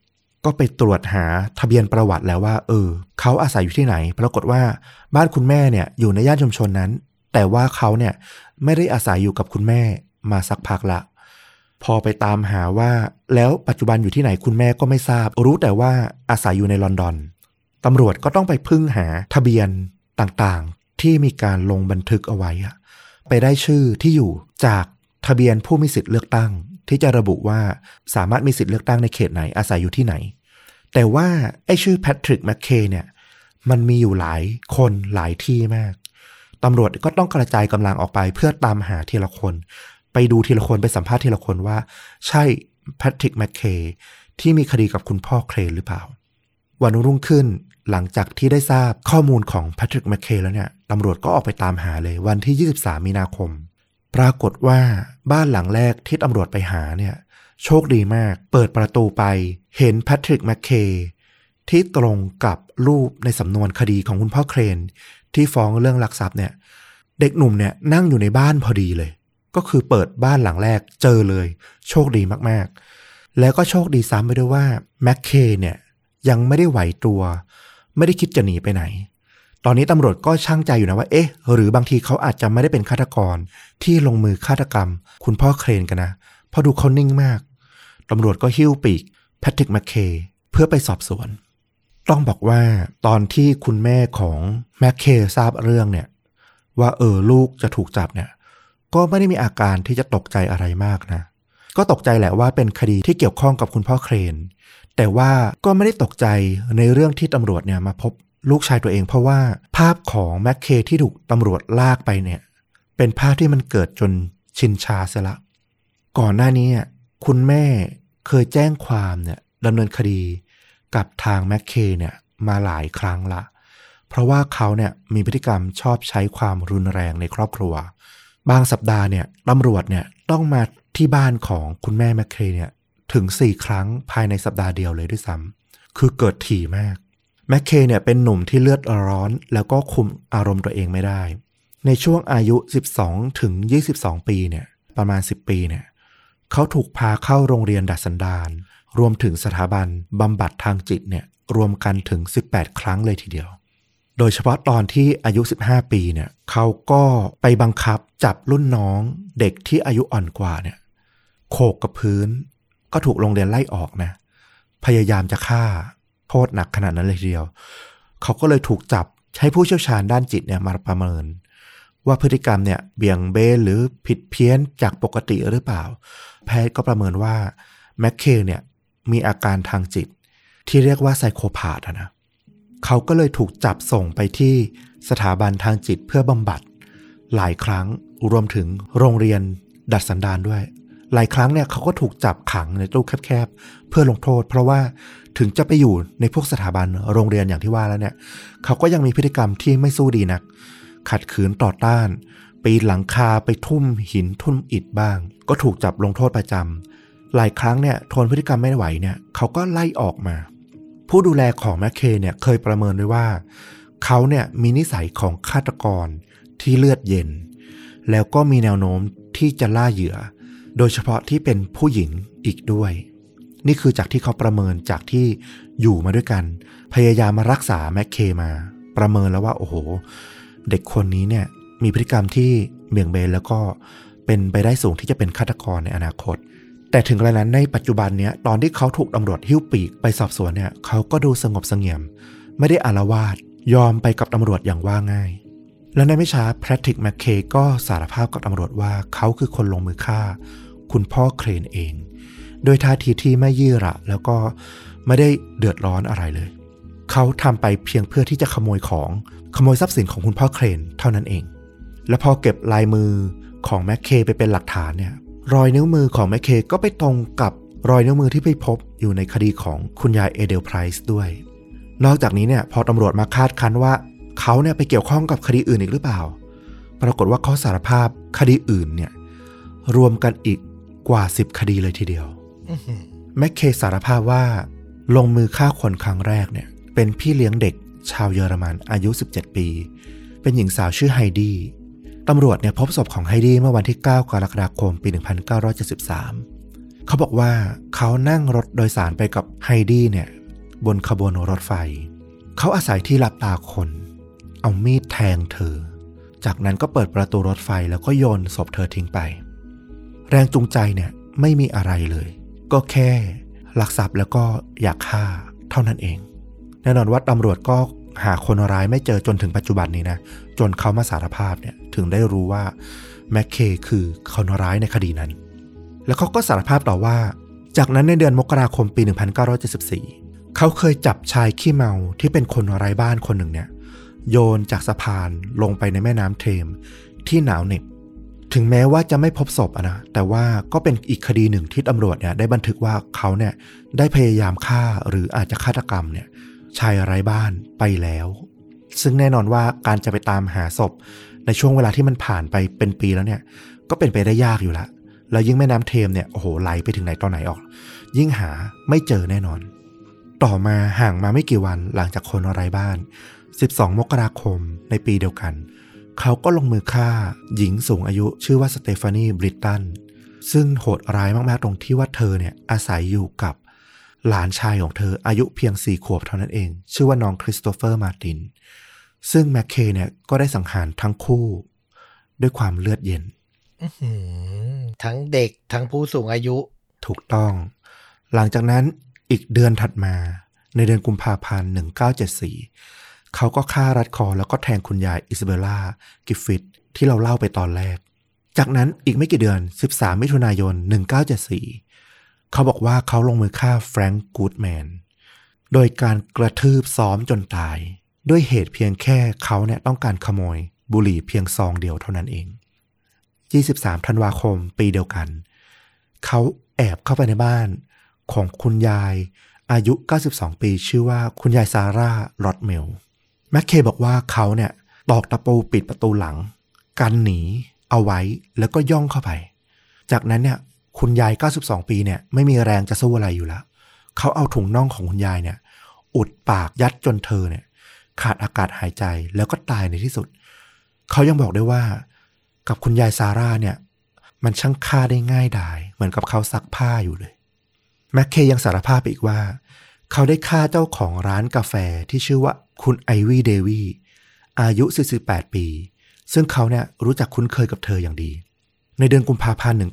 ก็ไปตรวจหาทะเบียนประวัติแล้วว่าเขาอาศัยอยู่ที่ไหนปรากฏว่าบ้านคุณแม่เนี่ยอยู่ในย่านชุมชนนั้นแต่ว่าเขาเนี่ยไม่ได้อาศัยอยู่กับคุณแม่มาสักพักละพอไปตามหาว่าแล้วปัจจุบันอยู่ที่ไหนคุณแม่ก็ไม่ทราบรู้แต่ว่าอาศัยอยู่ในลอนดอนตำรวจก็ต้องไปพึ่งหาทะเบียนต่างๆที่มีการลงบันทึกเอาไว้ไปได้ชื่อที่อยู่จากทะเบียนผู้มีสิทธิ์เลือกตั้งที่จะระบุว่าสามารถมีสิทธิ์เลือกตั้งในเขตไหนอาศัยอยู่ที่ไหนแต่ว่าไอ้ชื่อแพทริกแมคเคย์เนี่ยมันมีอยู่หลายคนหลายที่มากตำรวจก็ต้องกระจายกำลังออกไปเพื่อตามหาทีละคนไปดูทีละคนไปสัมภาษณ์ทีละคนว่าใช่แพทริกแมคเคย์ที่มีคดีกับคุณพ่อเครนหรือเปล่าวันรุ่งขึ้นหลังจากที่ได้ทราบข้อมูลของแพทริกแมคเคย์แล้วเนี่ยตำรวจก็ออกไปตามหาเลยวันที่23มีนาคมปรากฏว่าบ้านหลังแรกที่ตำรวจไปหาเนี่ยโชคดีมากเปิดประตูไปเห็นแพทริกแมคเคย์ที่ตรงกับรูปในสำนวนคดีของคุณพ่อเครนที่ฟ้องเรื่องลักทรัพย์เนี่ยเด็กหนุ่มเนี่ยนั่งอยู่ในบ้านพอดีเลยก็คือเปิดบ้านหลังแรกเจอเลยโชคดีมากๆแล้วก็โชคดีซ้ำไปด้วยว่าแมคเคย์เนี่ยยังไม่ได้ไหวตัวไม่ได้คิดจะหนีไปไหนตอนนี้ตำรวจก็ชั่งใจอยู่นะว่าหรือบางทีเขาอาจจะไม่ได้เป็นฆาตกรที่ลงมือฆาตกรรมคุณพ่อเครนกันนะเพราะดูเขานิ่งมากตำรวจก็หิ้วปีกแพทริกแมคเคย์เพื่อไปสอบสวนต้องบอกว่าตอนที่คุณแม่ของแมคเคย์ทราบเรื่องเนี่ยว่าลูกจะถูกจับเนี่ยก็ไม่ได้มีอาการที่จะตกใจอะไรมากนะก็ตกใจแหละว่าเป็นคดีที่เกี่ยวข้องกับคุณพ่อเครนแต่ว่าก็ไม่ได้ตกใจในเรื่องที่ตำรวจเนี่ยมาพบลูกชายตัวเองเพราะว่าภาพของแมคเคย์ที่ถูกตำรวจลากไปเนี่ยเป็นภาพที่มันเกิดจนชินชาเสียละก่อนหน้านี้คุณแม่เคยแจ้งความเนี่ยดำเนินคดีกับทางแมคเคย์เนี่ยมาหลายครั้งละเพราะว่าเขาเนี่ยมีพฤติกรรมชอบใช้ความรุนแรงในครอบครัวบางสัปดาห์เนี่ยตำรวจเนี่ยต้องมาที่บ้านของคุณแม่แมคเคย์เนี่ยถึง4 ครั้งภายในสัปดาห์เดียวเลยด้วยซ้ำคือเกิดถี่มากแมคเคย์เนี่ยเป็นหนุ่มที่เลือดร้อนแล้วก็คุมอารมณ์ตัวเองไม่ได้ในช่วงอายุ12ถึง22ปีเนี่ยประมาณ10ปีเนี่ยเขาถูกพาเข้าโรงเรียนดัดสันดานรวมถึงสถาบันบำบัดทางจิตเนี่ยรวมกันถึง18 ครั้งเลยทีเดียวโดยเฉพาะตอนที่อายุ15ปีเนี่ยเขาก็ไปบังคับจับรุ่นน้องเด็กที่อายุอ่อนกว่าเนี่ยโขกกับพื้นก็ถูกโรงเรียนไล่ออกนะพยายามจะฆ่าโทษหนักขนาดนั้นเลยทีเดียวเขาก็เลยถูกจับให้ผู้เชี่ยวชาญด้านจิตเนี่ยมาประเมินว่าพฤติกรรมเนี่ยเบี่ยงเบนหรือผิดเพี้ยนจากปกติหรือเปล่าแพทย์ก็ประเมินว่าแมคเคย์เนี่ยมีอาการทางจิตที่เรียกว่าไซโคพาธนะเขาก็เลยถูกจับส่งไปที่สถาบันทางจิตเพื่อบำบัดหลายครั้งรวมถึงโรงเรียนดัดสันดานด้วยหลายครั้งเนี่ยเขาก็ถูกจับขังในตู้แคบๆเพื่อลงโทษเพราะว่าถึงจะไปอยู่ในพวกสถาบันโรงเรียนอย่างที่ว่าแล้วเนี่ยเขาก็ยังมีพฤติกรรมที่ไม่สู้ดีนักขัดขืนต่อต้านปีนหลังคาไปทุ่มหินทุ่มอิฐบ้างก็ถูกจับลงโทษประจำหลายครั้งเนี่ยทนพฤติกรรมไม่ไหวเนี่ยเขาก็ไล่ออกมาผู้ดูแลของแมคเคย์เนี่ยเคยประเมินไว้ว่าเขาเนี่ยมีนิสัยของฆาตกรที่เลือดเย็นแล้วก็มีแนวโน้มที่จะล่าเหยื่อโดยเฉพาะที่เป็นผู้หญิงอีกด้วยนี่คือจากที่เขาประเมินจากที่อยู่มาด้วยกันพยายามมารักษาแมคเคย์มาประเมินแล้วว่าโอ้โหเด็กคนนี้เนี่ยมีพฤติกรรมที่เบี่ยงเบนแล้วก็เป็นไปได้สูงที่จะเป็นฆาตกรในอนาคตแต่ถึงกระนั้นในปัจจุบันเนี้ยตอนที่เขาถูกตำรวจหิ้วปีกไปสอบสวนเนี่ยเขาก็ดูสงบเสงี่ยมไม่ได้อาละวาดยอมไปกับตำรวจอย่างว่าง่ายและในไม่ช้าแพทริกแมคเคย์ก็สารภาพกับตำรวจว่าเขาคือคนลงมือฆ่าคุณพ่อเครนเองโดยท่าทีที่ไม่ยี่หร่าแล้วก็ไม่ได้เดือดร้อนอะไรเลยเขาทำไปเพียงเพื่อที่จะขโมยทรัพย์สินของคุณพ่อเครนเท่านั้นเองและพอเก็บลายมือของแมคเคย์ไปเป็นหลักฐานเนี่ยรอยนิ้วมือของแมคเคย์ก็ไปตรงกับรอยนิ้วมือที่ไปพบอยู่ในคดีของคุณยายเอเดลไพรส์ด้วยนอกจากนี้เนี่ยพอตำรวจมาคาดคั้นว่าเขาเนี่ยไปเกี่ยวข้องกับคดีอื่นอีกหรือเปล่าปรากฏว่าเขาสารภาพคดีอื่นเนี่ยรวมกันอีกกว่า10 คดีเลยทีเดียวแมคเคย์สารภาพว่าลงมือฆ่าคนครั้งแรกเนี่ยเป็นพี่เลี้ยงเด็กชาวเยอรมันอายุ17 ปีเป็นหญิงสาวชื่อไฮดี้ตำรวจเนี่ยพบศพของไฮดี้เมื่อวันที่9 กรกฎาคมปี 1973 เขาบอกว่าเขานั่งรถโดยสารไปกับไฮดี้เนี่ยบนขบวนรถไฟเขาอาศัยที่ลับตาคนเอามีดแทงเธอจากนั้นก็เปิดประตูรถไฟแล้วก็โยนศพเธอทิ้งไปแรงจูงใจเนี่ยไม่มีอะไรเลยก็แค่ลักทรัพย์แล้วก็อยากฆ่าเท่านั้นเองแน่นอนว่าตำรวจก็หาคนร้ายไม่เจอจนถึงปัจจุบันนี้นะจนเขามาสารภาพเนี่ยถึงได้รู้ว่าแมคเคคือคนร้ายในคดีนั้นแล้วเขาก็สารภาพต่อว่าจากนั้นในเดือนมกราคมปี 1974 เขาเคยจับชายขี้เมาที่เป็นคนไร้บ้านคนหนึ่งเนี่ยโยนจากสะพานลงไปในแม่น้ำเทมที่หนาวเหน็บถึงแม้ว่าจะไม่พบศพนะแต่ว่าก็เป็นอีกคดีหนึ่งที่ตำรวจเนี่ยได้บันทึกว่าเขาเนี่ยได้พยายามฆ่าหรืออาจจะฆาตกรรมเนี่ยชายไร้บ้านไปแล้วซึ่งแน่นอนว่าการจะไปตามหาศพในช่วงเวลาที่มันผ่านไปเป็นปีแล้วเนี่ยก็เป็นไปได้ยากอยู่ละแล้วยิ่งแม่น้ำเทมเนี่ยโอ้โหไหลไปถึงไหนตอนไหนออกยิ่งหาไม่เจอแน่นอนต่อมาห่างมาไม่กี่วันหลังจากคนไร้บ้าน12 มกราคมในปีเดียวกันเขาก็ลงมือฆ่าหญิงสูงอายุชื่อว่าสเตฟานีบริตตันซึ่งโหดร้ายมากๆตรงที่ว่าเธอเนี่ยอาศัยอยู่กับหลานชายของเธออายุเพียง4 ขวบเท่านั้นเองชื่อว่าน้องคริสโตเฟอร์มาร์ตินซึ่งแมคเคเนี่ยก็ได้สังหารทั้งคู่ด้วยความเลือดเย็นทั้งเด็กทั้งผู้สูงอายุถูกต้องหลังจากนั้นอีกเดือนถัดมาในเดือนกุมภาพันธ์ 1974เขาก็ฆ่ารัดคอแล้วก็แทงคุณยายอิซาเบลล่ากิฟฟิตที่เราเล่าไปตอนแรกจากนั้นอีกไม่กี่เดือน13 มิถุนายน 1974เขาบอกว่าเขาลงมือฆ่าแฟรงค์กูดแมนโดยการกระทืบซ้อมจนตายด้วยเหตุเพียงแค่เขาเนี่ยต้องการขโมยบุหรี่เพียงซองเดียวเท่านั้นเอง23 ธันวาคมปีเดียวกันเขาแอบเข้าไปในบ้านของคุณยายอายุ92 ปีชื่อว่าคุณยายซาร่าลอตเมลแมคเคบอกว่าเขาเนี่ยตอกตะปูปิดประตูหลังกันหนีเอาไว้แล้วก็ย่องเข้าไปจากนั้นเนี่ยคุณยาย92 ปีเนี่ยไม่มีแรงจะสู้อะไรอยู่แล้วเขาเอาถุงน่องของคุณยายเนี่ยอุดปากยัดจนเธอเนี่ยขาดอากาศหายใจแล้วก็ตายในที่สุดเขายังบอกได้ว่ากับคุณยายซาร่าเนี่ยมันช่างฆ่าได้ง่ายดายเหมือนกับเขาซักผ้าอยู่เลยแมคเคยังสารภาพอีกว่าเขาได้ฆ่าเจ้าของร้านกาแฟที่ชื่อว่าคุณไอวี่เดวีอายุ48 ปีซึ่งเขาเนี่ยรู้จักคุ้นเคยกับเธออย่างดีในเดือนกุมภาพันธ์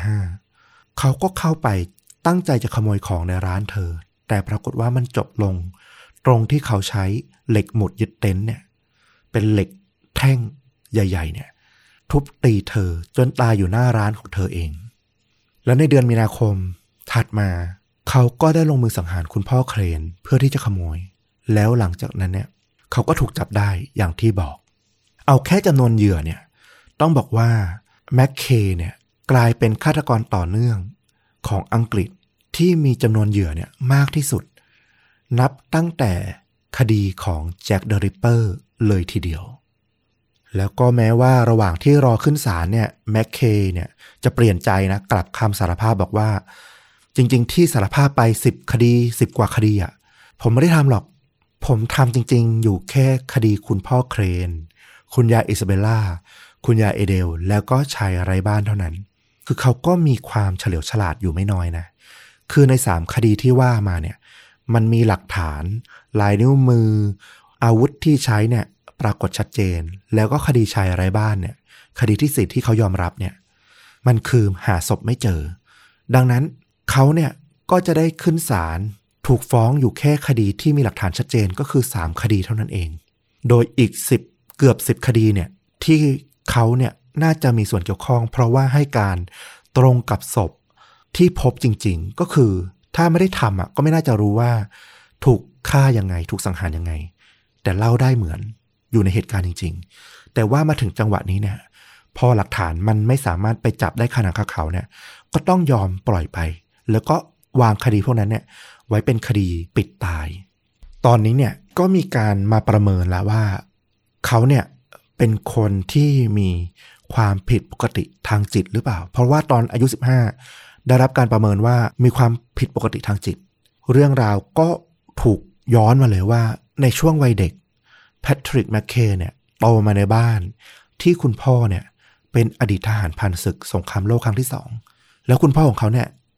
1975เขาก็เข้าไปตั้งใจจะขโมยของในร้านเธอแต่ปรากฏว่ามันจบลงตรงที่เขาใช้เหล็กหมุดยึดเต็นท์เนี่ยเป็นเหล็กแท่งใหญ่ๆเนี่ยทุบตีเธอจนตายอยู่หน้าร้านของเธอเองแล้วในเดือนมีนาคมถัดมาเขาก็ได้ลงมือสังหารคุณพ่อเครนเพื่อที่จะขโมยแล้วหลังจากนั้นเนี่ยเขาก็ถูกจับได้อย่างที่บอกเอาแค่จำนวนเหยื่อเนี่ยต้องบอกว่าแมคเคเนี่ยกลายเป็นฆาตกรต่อเนื่องของอังกฤษที่มีจำนวนเหยื่อเนี่ยมากที่สุดนับตั้งแต่คดีของแจ็คเดอะริปเปอร์เลยทีเดียวแล้วก็แม้ว่าระหว่างที่รอขึ้นศาลเนี่ยแมคเคเนี่ยจะเปลี่ยนใจนะกลับคำสารภาพบอกว่าจริงๆที่สารภาพไป10 คดี10 กว่าคดีอ่ะผมไม่ได้ทำหรอกผมทำจริงๆอยู่แค่คดีคุณพ่อเครนคุณยายอิซาเบลล่าคุณยายเอเดลแล้วก็ชายไร้บ้านเท่านั้นคือเขาก็มีความเฉลียวฉลาดอยู่ไม่น้อยนะคือใน3 คดีที่ว่ามาเนี่ยมันมีหลักฐานลายนิ้วมืออาวุธที่ใช้เนี่ยปรากฏชัดเจนแล้วก็คดีชายไร้บ้านเนี่ยคดีที่4ที่เขายอมรับเนี่ยมันคือหาศพไม่เจอดังนั้นเขาเนี่ยก็จะได้ขึ้นศาลถูกฟ้องอยู่แค่คดีที่มีหลักฐานชัดเจนก็คือ3 คดีเท่านั้นเองโดยอีกเกือบ10 คดีเนี่ยที่เขาเนี่ยน่าจะมีส่วนเกี่ยวข้องเพราะว่าให้การตรงกับศพที่พบจริงๆก็คือถ้าไม่ได้ทำอ่ะก็ไม่น่าจะรู้ว่าถูกฆ่ายังไงถูกสังหารยังไงแต่เล่าได้เหมือนอยู่ในเหตุการณ์จริงๆแต่ว่ามาถึงจังหวะนี้เนี่ยพอหลักฐานมันไม่สามารถไปจับได้คาหนังคาเขาเนี่ยก็ต้องยอมปล่อยไปแล้วก็วางคดีพวกนั้นเนี่ยไว้เป็นคดีปิดตายตอนนี้เนี่ยก็มีการมาประเมินแล้วว่าเขาเนี่ยเป็นคนที่มีความผิดปกติทางจิตหรือเปล่าเพราะว่าตอนอายุ15ได้รับการประเมินว่ามีความผิดปกติทางจิตเรื่องราวก็ถูกย้อนมาเลยว่าในช่วงวัยเด็กแพทริกแมคเคเนี่ยโตมาในบ้านที่คุณพ่อเนี่ยเป็นอดีตทหารผ่านศึกสงครามโลกครั้งที่2แล้วคุณพ่อของเขาเนี่ย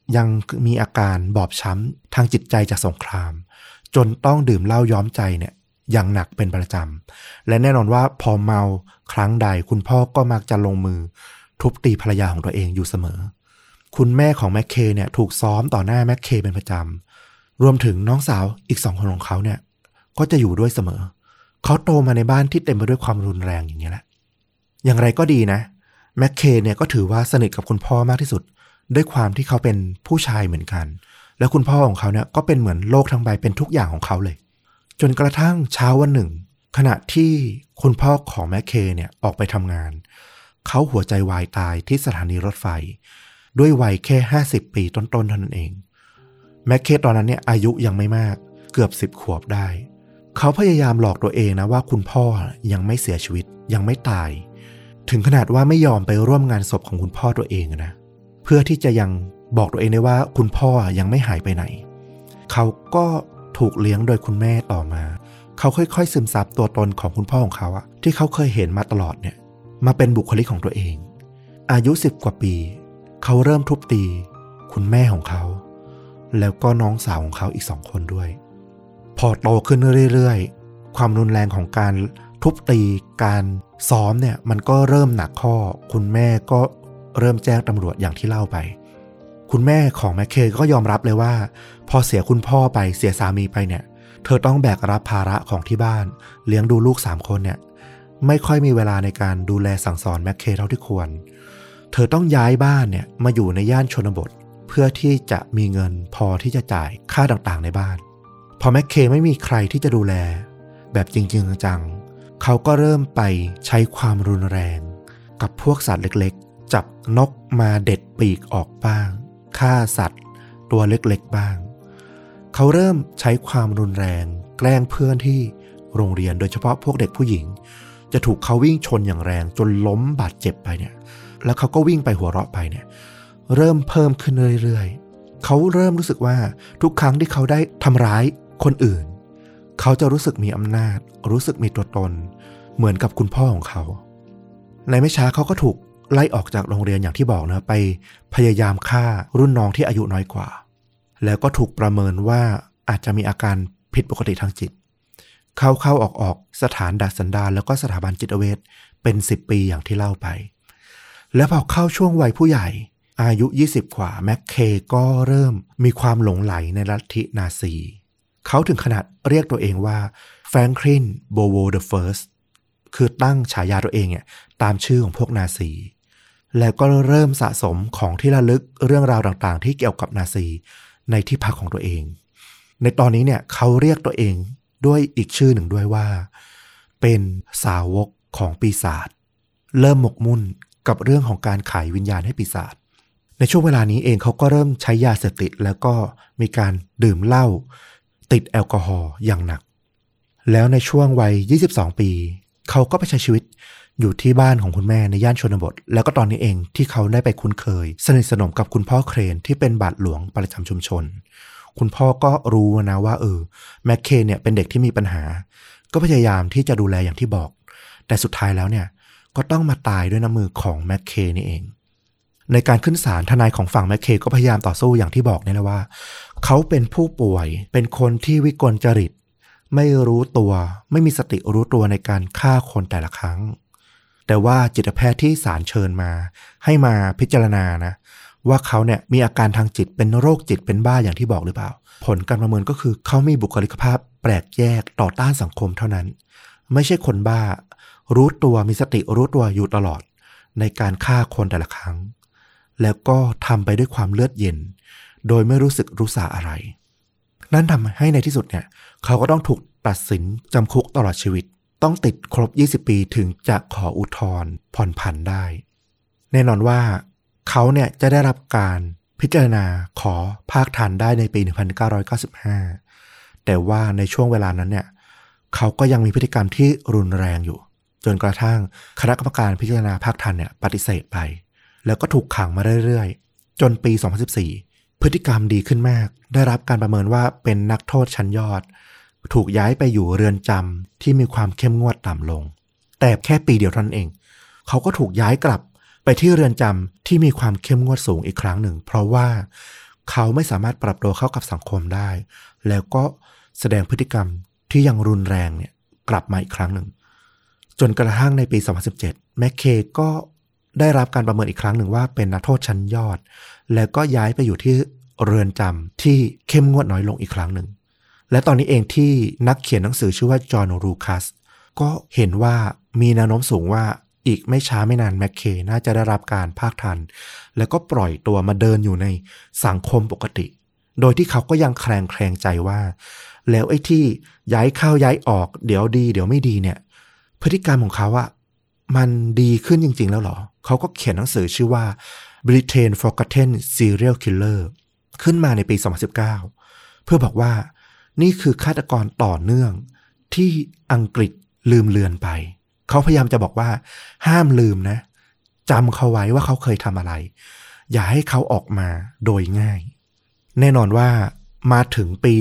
ยังมีอาการบอบช้ำทางจิตใจจากสงครามจนต้องดื่มเหล้าย้อมใจเนี่ยอย่างหนักเป็นประจำและแน่นอนว่าพอเมาครั้งใดคุณพ่อก็มักจะลงมือทุบตีภรรยาของตัวเองอยู่เสมอคุณแม่ของแมคเคเนี่ยถูกซ้อมต่อหน้าแมคเคเป็นประจำรวมถึงน้องสาวอีก2 คนของเขาเนี่ยก็จะอยู่ด้วยเสมอเขาโตมาในบ้านที่เต็มไปด้วยความรุนแรงอย่างนี้แหละอย่างไรก็ดีนะแมคเคเนี่ยก็ถือว่าสนิทกับคุณพ่อมากที่สุดด้วยความที่เขาเป็นผู้ชายเหมือนกันแล้วคุณพ่อของเขาเนี่ยก็เป็นเหมือนโลกทั้งใบเป็นทุกอย่างของเขาเลยจนกระทั่งเช้าวันหนึ่งขณะที่คุณพ่อของแมคเคเนี่ยออกไปทำงานเขาหัวใจวายตายที่สถานีรถไฟด้วยวัยแค่50 ปีต้นๆเท่านั้นเองแมคเคตอนนั้นเนี่ยอายุยังไม่มากเกือบ10 ขวบได้เขาพยายามหลอกตัวเองนะว่าคุณพ่อยังไม่เสียชีวิตยังไม่ตายถึงขนาดว่าไม่ยอมไปร่วมงานศพของคุณพ่อตัวเองนะเพื่อที่จะยังบอกตัวเองได้ว่าคุณพ่อยังไม่หายไปไหนเขาก็ถูกเลี้ยงโดยคุณแม่ต่อมาเขาค่อยๆซึมซับตัวตนของคุณพ่อของเขาอะที่เขาเคยเห็นมาตลอดเนี่ยมาเป็นบุคลิกของตัวเองอายุ10 กว่าปีเขาเริ่มทุบตีคุณแม่ของเขาแล้วก็น้องสาวของเขาอีก2 คนด้วยพอโตขึ้นเรื่อยๆความรุนแรงของการทุบตีการซ้อมเนี่ยมันก็เริ่มหนักข้อคุณแม่ก็เริ่มแจ้งตำรวจอย่างที่เล่าไปคุณแม่ของแมคเคก็ยอมรับเลยว่าพอเสียคุณพ่อไปเสียสามีไปเนี่ยเธอต้องแบกรับภาระของที่บ้านเลี้ยงดูลูก3 คนเนี่ยไม่ค่อยมีเวลาในการดูแลสั่งสอนแมคเคเท่าที่ควรเธอต้องย้ายบ้านเนี่ยมาอยู่ในย่านชนบทเพื่อที่จะมีเงินพอที่จะจ่ายค่าต่างๆในบ้านพอแมคเคไม่มีใครที่จะดูแลแบบจริงๆจังๆเขาก็เริ่มไปใช้ความรุนแรงกับพวกสัตว์เล็กๆจับนกมาเด็ดปีกออกบ้างฆ่าสัตว์ตัวเล็กๆบ้างเขาเริ่มใช้ความรุนแรงแกล้งเพื่อนที่โรงเรียนโดยเฉพาะพวกเด็กผู้หญิงจะถูกเขาวิ่งชนอย่างแรงจนล้มบาดเจ็บไปเนี่ยแล้วเขาก็วิ่งไปหัวเราะไปเนี่ยเริ่มเพิ่มขึ้นเรื่อยๆเขาเริ่มรู้สึกว่าทุกครั้งที่เขาได้ทำร้ายคนอื่นเขาจะรู้สึกมีอำนาจรู้สึกมีตัวตนเหมือนกับคุณพ่อของเขาในไม่ช้าเขาก็ถูกไล่ออกจากโรงเรียนอย่างที่บอกนะไปพยายามฆ่ารุ่นน้องที่อายุน้อยกว่าแล้วก็ถูกประเมินว่าอาจจะมีอาการผิดปกติทางจิตเข้าออกสถานดัดสันดานแล้วก็สถาบันจิตเวชเป็น10 ปีอย่างที่เล่าไปแล้วพอเข้าช่วงวัยผู้ใหญ่อายุ20 กว่าแมคเคก็เริ่มมีความหลงไหลในลัทธินาซีเขาถึงขนาดเรียกตัวเองว่าแฟรงคลินโบโวเดอะเฟิร์สคือตั้งฉายาตัวเองเนี่ยตามชื่อของพวกนาซีแล้วก็เริ่มสะสมของที่ระลึกเรื่องราวต่างๆที่เกี่ยวกับนาซีในที่พักของตัวเองในตอนนี้เนี่ยเขาเรียกตัวเองด้วยอีกชื่อหนึ่งด้วยว่าเป็นสาวกของปีศาจเริ่มหมกมุ่นกับเรื่องของการขายวิญญาณให้ปีศาจในช่วงเวลานี้เองเขาก็เริ่มใช้ยาเสพติดแล้วก็มีการดื่มเหล้าติดแอลกอฮอล์อย่างหนักแล้วในช่วงวัย22 ปีเขาก็ไปใช้ชีวิตอยู่ที่บ้านของคุณแม่ในย่านชนบทแล้วก็ตอนนี้เองที่เขาได้ไปคุ้นเคยสนิทสนมกับคุณพ่อเครนที่เป็นบาทหลวงประจำชุมชนคุณพ่อก็รู้นะว่าแมคเคเนี่ยเป็นเด็กที่มีปัญหาก็พยายามที่จะดูแลอย่างที่บอกแต่สุดท้ายแล้วเนี่ยก็ต้องมาตายด้วยน้ำมือของแมคเคนี่เองในการขึ้นศาลทนายของฝั่งแมคเคก็พยายามต่อสู้อย่างที่บอกนี่แหละว่าเขาเป็นผู้ป่วยเป็นคนที่วิกลจริตไม่รู้ตัวไม่มีสติรู้ตัวในการฆ่าคนแต่ละครั้งแต่ว่าจิตแพทย์ที่ศาลเชิญมาให้มาพิจารณานะว่าเขาเนี่ยมีอาการทางจิตเป็นโรคจิตเป็นบ้าอย่างที่บอกหรือเปล่าผลการประเมินก็คือเขามีบุคลิกภาพแปลกแยกต่อต้านสังคมเท่านั้นไม่ใช่คนบ้ารู้ตัวมีสติรู้ตัวอยู่ตลอดในการฆ่าคนแต่ละครั้งแล้วก็ทำไปด้วยความเลือดเย็นโดยไม่รู้สึกรู้สาอะไรนั่นทำให้ในที่สุดเนี่ยเขาก็ต้องถูกตัดสินจำคุกตลอดชีวิตต้องติดครบ20 ปีถึงจะขออุทธรณ์ผ่อนผันได้แน่นอนว่าเขาเนี่ยจะได้รับการพิจารณาขอภาคทันได้ในปี 1995 แต่ว่าในช่วงเวลานั้นเนี่ยเขาก็ยังมีพฤติกรรมที่รุนแรงอยู่จนกระทั่งคณะกรรมการพิจารณาภาคทันเนี่ยปฏิเสธไปแล้วก็ถูกขังมาเรื่อยๆจนปี 2014 พฤติกรรมดีขึ้นมากได้รับการประเมินว่าเป็นนักโทษชั้นยอดถูกย้ายไปอยู่เรือนจำที่มีความเข้มงวดต่ำลงแต่แค่ปีเดียวเท่านั้นเองเขาก็ถูกย้ายกลับไปที่เรือนจำที่มีความเข้มงวดสูงอีกครั้งหนึ่งเพราะว่าเขาไม่สามารถปรับตัวเข้ากับสังคมได้แล้วก็แสดงพฤติกรรมที่ยังรุนแรงเนี่ยกลับมาอีกครั้งหนึ่งจนกระทั่งในปี 2017 แมคเคย์ก็ได้รับการประเมินอีกครั้งหนึ่งว่าเป็นนักโทษชั้นยอดแล้วก็ย้ายไปอยู่ที่เรือนจำที่เข้มงวดน้อยลงอีกครั้งหนึ่งและตอนนี้เองที่นักเขียนหนังสือชื่อว่าจอห์นลูคัสก็เห็นว่ามีแนวโน้มสูงว่าอีกไม่ช้าไม่นานแมคเคย์น่าจะได้รับการภาคทันแล้วก็ปล่อยตัวมาเดินอยู่ในสังคมปกติโดยที่เขาก็ยังแคลงใจว่าแล้วไอ้ที่ย้ายเข้าย้ายออกเดี๋ยวดีเดี๋ยวไม่ดีเนี่ยพฤติกรรมของเขาอะมันดีขึ้นจริงๆแล้วหรอเขาก็เขียนหนังสือชื่อว่า Britain Forgotten Serial Killer ขึ้นมาในปี 2019 เพื่อบอกว่านี่คือฆาตกรต่อเนื่องที่อังกฤษลืมเลือนไปเขาพยายามจะบอกว่าห้ามลืมนะจำเขาไว้ว่าเขาเคยทำอะไรอย่าให้เขาออกมาโดยง่ายแน่นอนว่ามาถึงปี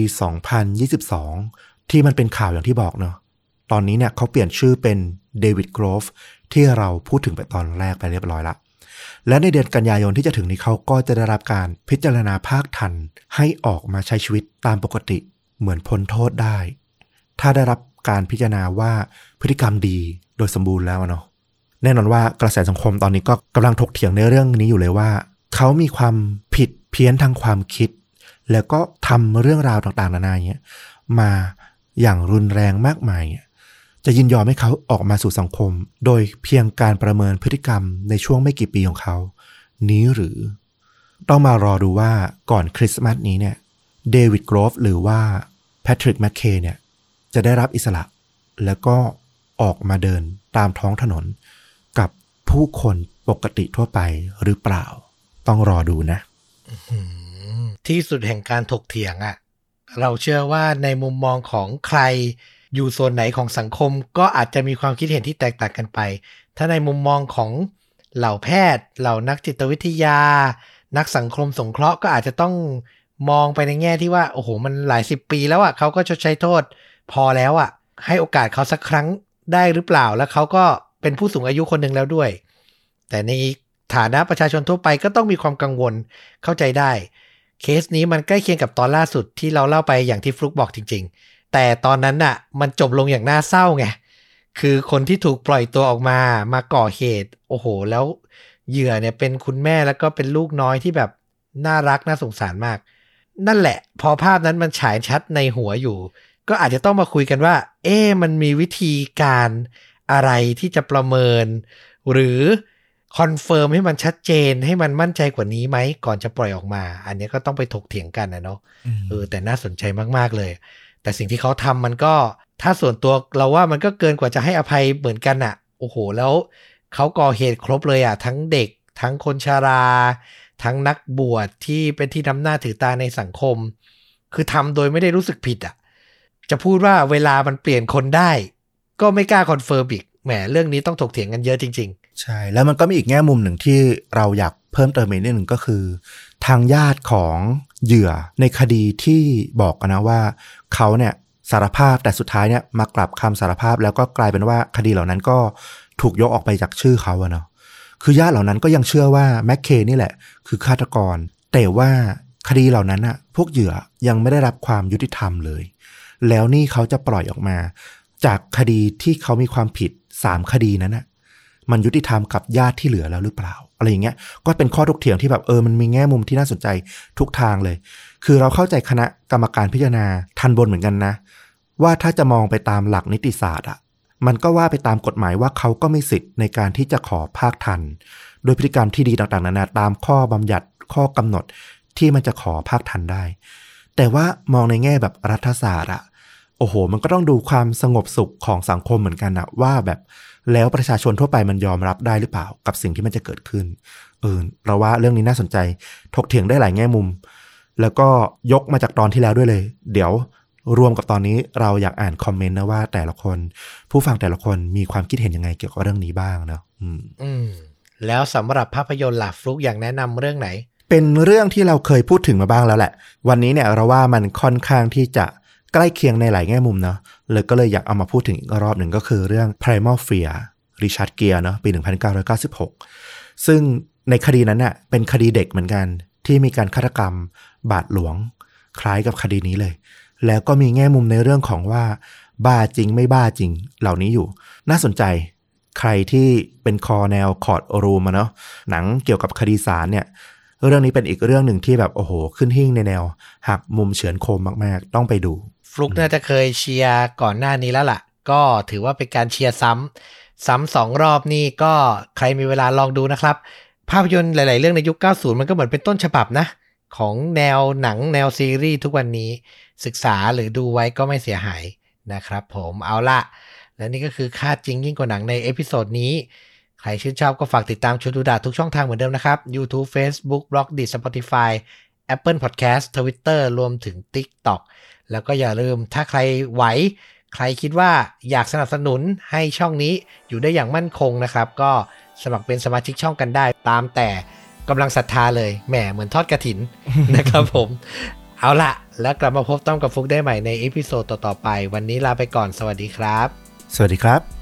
2022 ที่มันเป็นข่าวอย่างที่บอกเนาะตอนนี้เนี่ยเขาเปลี่ยนชื่อเป็นเดวิดโกรฟที่เราพูดถึงไปตอนแรกไปเรียบร้อยละและในเดือนกันยายนที่จะถึงนี้เขาก็จะได้รับการพิจารณาภาคทันให้ออกมาใช้ชีวิตตามปกติเหมือนพ้นโทษได้ถ้าได้รับการพิจารณาว่าพฤติกรรมดีโดยสมบูรณ์แล้วเนาะแน่นอนว่ากระแสสังคมตอนนี้ก็กำลังถกเถียงในเรื่องนี้อยู่เลยว่าเขามีความผิดเพี้ยนทางความคิดแล้วก็ทำเรื่องราวต่างๆนานาเงี้ยมาอย่างรุนแรงมากมายจะยินยอมให้เขาออกมาสู่สังคมโดยเพียงการประเมินพฤติกรรมในช่วงไม่กี่ปีของเขานี้หรือต้องมารอดูว่าก่อนคริสต์มาสนี้เนี่ยเดวิดโกรฟหรือว่าแพทริกแมคเคย์เนี่ยจะได้รับอิสระแล้วก็ออกมาเดินตามท้องถนนกับผู้คนปกติทั่วไปหรือเปล่าต้องรอดูนะที่สุดแห่งการถกเถียงอ่ะเราเชื่อว่าในมุมมองของใครอยู่โซนไหนของสังคมก็อาจจะมีความคิดเห็นที่แตกต่างกันไปถ้าในมุมมองของเหล่าแพทย์เหล่านักจิตวิทยานักสังคมสงเคราะห์ก็อาจจะต้องมองไปในแง่ที่ว่าโอ้โหมันหลาย10 ปีแล้วอ่ะเขาก็ชดใช้โทษพอแล้วอ่ะให้โอกาสเขาสักครั้งได้หรือเปล่าแล้วเขาก็เป็นผู้สูงอายุคนหนึ่งแล้วด้วยแต่ในฐานะประชาชนทั่วไปก็ต้องมีความกังวลเข้าใจได้เคสนี้มันใกล้เคียงกับตอนล่าสุดที่เราเล่าไปอย่างที่ฟลุกบอกจริงๆแต่ตอนนั้นน่ะมันจบลงอย่างน่าเศร้าไงคือคนที่ถูกปล่อยตัวออกมาก่อเหตุโอ้โหแล้วเหยื่อเนี่ยเป็นคุณแม่แล้วก็เป็นลูกน้อยที่แบบน่ารักน่าสงสารมากนั่นแหละพอภาพนั้นมันฉายชัดในหัวอยู่ก็อาจจะต้องมาคุยกันว่ามันมีวิธีการอะไรที่จะประเมินหรือคอนเฟิร์มให้มันชัดเจนให้มันมั่นใจกว่านี้ไหมก่อนจะปล่อยออกมาอันนี้ก็ต้องไปถกเถียงกันนะเนาะแต่น่าสนใจมากๆเลยแต่สิ่งที่เขาทำมันก็ถ้าส่วนตัวเราว่ามันก็เกินกว่าจะให้อภัยเหมือนกันอ่ะโอ้โหแล้วเขาก่อเหตุครบเลยอ่ะทั้งเด็กทั้งคนชราทั้งนักบวชที่เป็นที่นำหน้าถือตาในสังคมคือทำโดยไม่ได้รู้สึกผิดอ่ะจะพูดว่าเวลามันเปลี่ยนคนได้ก็ไม่กล้าคอนเฟิร์มอีกแหมเรื่องนี้ต้องถกเถียงกันเยอะจริงๆใช่แล้วมันก็มีอีกแง่มุมหนึ่งที่เราอยากเพิ่มเติมอีกนิดหนึ่งก็คือทางญาติของเหยื่อในคดีที่บอกกันนะว่าเขาเนี่ยสารภาพแต่สุดท้ายเนี่ยมากลับคำสารภาพแล้วก็กลายเป็นว่าคดีเหล่านั้นก็ถูกยกออกไปจากชื่อเขาอะเนาะคือญาติเหล่านั้นก็ยังเชื่อว่าแมคเคย์นี่แหละคือฆาตกรแต่ว่าคดีเหล่านั้นอะพวกเหยื่อยังไม่ได้รับความยุติธรรมเลยแล้วนี่เขาจะปล่อยออกมาจากคดีที่เขามีความผิด3 คดีนั้นอะมันยุติธรรมกับญาติที่เหลือแล้วหรือเปล่าอะไรอย่างเงี้ยก็เป็นข้อถกเถียงที่แบบมันมีแง่มุมที่น่าสนใจทุกทางเลยคือเราเข้าใจคณะกรรมการพิจารณาทันบนเหมือนกันนะว่าถ้าจะมองไปตามหลักนิติศาสตร์อะมันก็ว่าไปตามกฎหมายว่าเขาก็มีสิทธิ์ในการที่จะขอภาคทันโดยพฤติกรรมที่ดีต่างๆนานาตามข้อบำญัติข้อกำหนดที่มันจะขอภาคทันได้แต่ว่ามองในแง่แบบรัฐศาสตร์อะโอ้โหมันก็ต้องดูความสงบสุขของสังคมเหมือนกันนะว่าแบบแล้วประชาชนทั่วไปมันยอมรับได้หรือเปล่ากับสิ่งที่มันจะเกิดขึ้นเราว่าเรื่องนี้น่าสนใจถกเถียงได้หลายแง่มุมแล้วก็ยกมาจากตอนที่แล้วด้วยเลยเดี๋ยวรวมกับตอนนี้เราอยากอ่านคอมเมนต์นะว่าแต่ละคนผู้ฟังแต่ละคนมีความคิดเห็นยังไงเกี่ยวกับเรื่องนี้บ้างเนาะแล้วสำหรับภาพยนตร์ล่ะฟลุกอยากแนะนำเรื่องไหนเป็นเรื่องที่เราเคยพูดถึงมาบ้างแล้วแหละวันนี้เนี่ยเราว่ามันค่อนข้างที่จะใกล้เคียงในหลายแง่มุมเนาะเลยก็เลยอยากเอามาพูดถึงอีกรอบหนึ่งก็คือเรื่อง Primal Fear ริชาร์ดเกียร์เนาะปี 1996ซึ่งในคดีนั้นน่ะเป็นคดีเด็กเหมือนกันที่มีการฆาตกรรมบาทหลวงคล้ายกับคดีนี้เลยแล้วก็มีแง่มุมในเรื่องของว่าบ้าจริงไม่บ้าจริงเหล่านี้อยู่น่าสนใจใครที่เป็นคอแนวคอร์ทรูมเนาะหนังเกี่ยวกับคดีศาลเนี่ยเรื่องนี้เป็นอีกเรื่องหนึ่งที่แบบโอ้โหขึ้นหิ้งในแนวหักมุมเฉือนคมมากๆต้องไปดูฟลุกน่าจะเคยเชียร์ก่อนหน้านี้แล้วล่ะก็ถือว่าเป็นการเชียร์ซ้ำ2 รอบนี่ก็ใครมีเวลาลองดูนะครับภาพยนตร์หลายๆเรื่องในยุค 90 มันก็เหมือนเป็นต้นฉบับนะของแนวหนังแนวซีรีส์ทุกวันนี้ศึกษาหรือดูไว้ก็ไม่เสียหายนะครับผมเอาล่ะและนี่ก็คือค่าจริงยิ่งกว่าหนังในเอพิโซดนี้ใครชื่นชอบก็ฝากติดตามชวนดูดะทุกช่องทางเหมือนเดิมนะครับ YouTube Facebook Blogdit Spotify Apple Podcast Twitter รวมถึง TikTok แล้วก็อย่าลืมถ้าใครไหวใครคิดว่าอยากสนับสนุนให้ช่องนี้อยู่ได้อย่างมั่นคงนะครับก็สมัครเป็นสมาชิกช่องกันได้ตามแต่กำลังศรัทธาเลยแหมเหมือนทอดกฐิน นะครับผมเอาล่ะแล้วกลับมาพบต้อมกับฟุกได้ใหม่ในเอพิโซดต่อๆไปวันนี้ลาไปก่อนสวัสดีครับสวัสดีครับ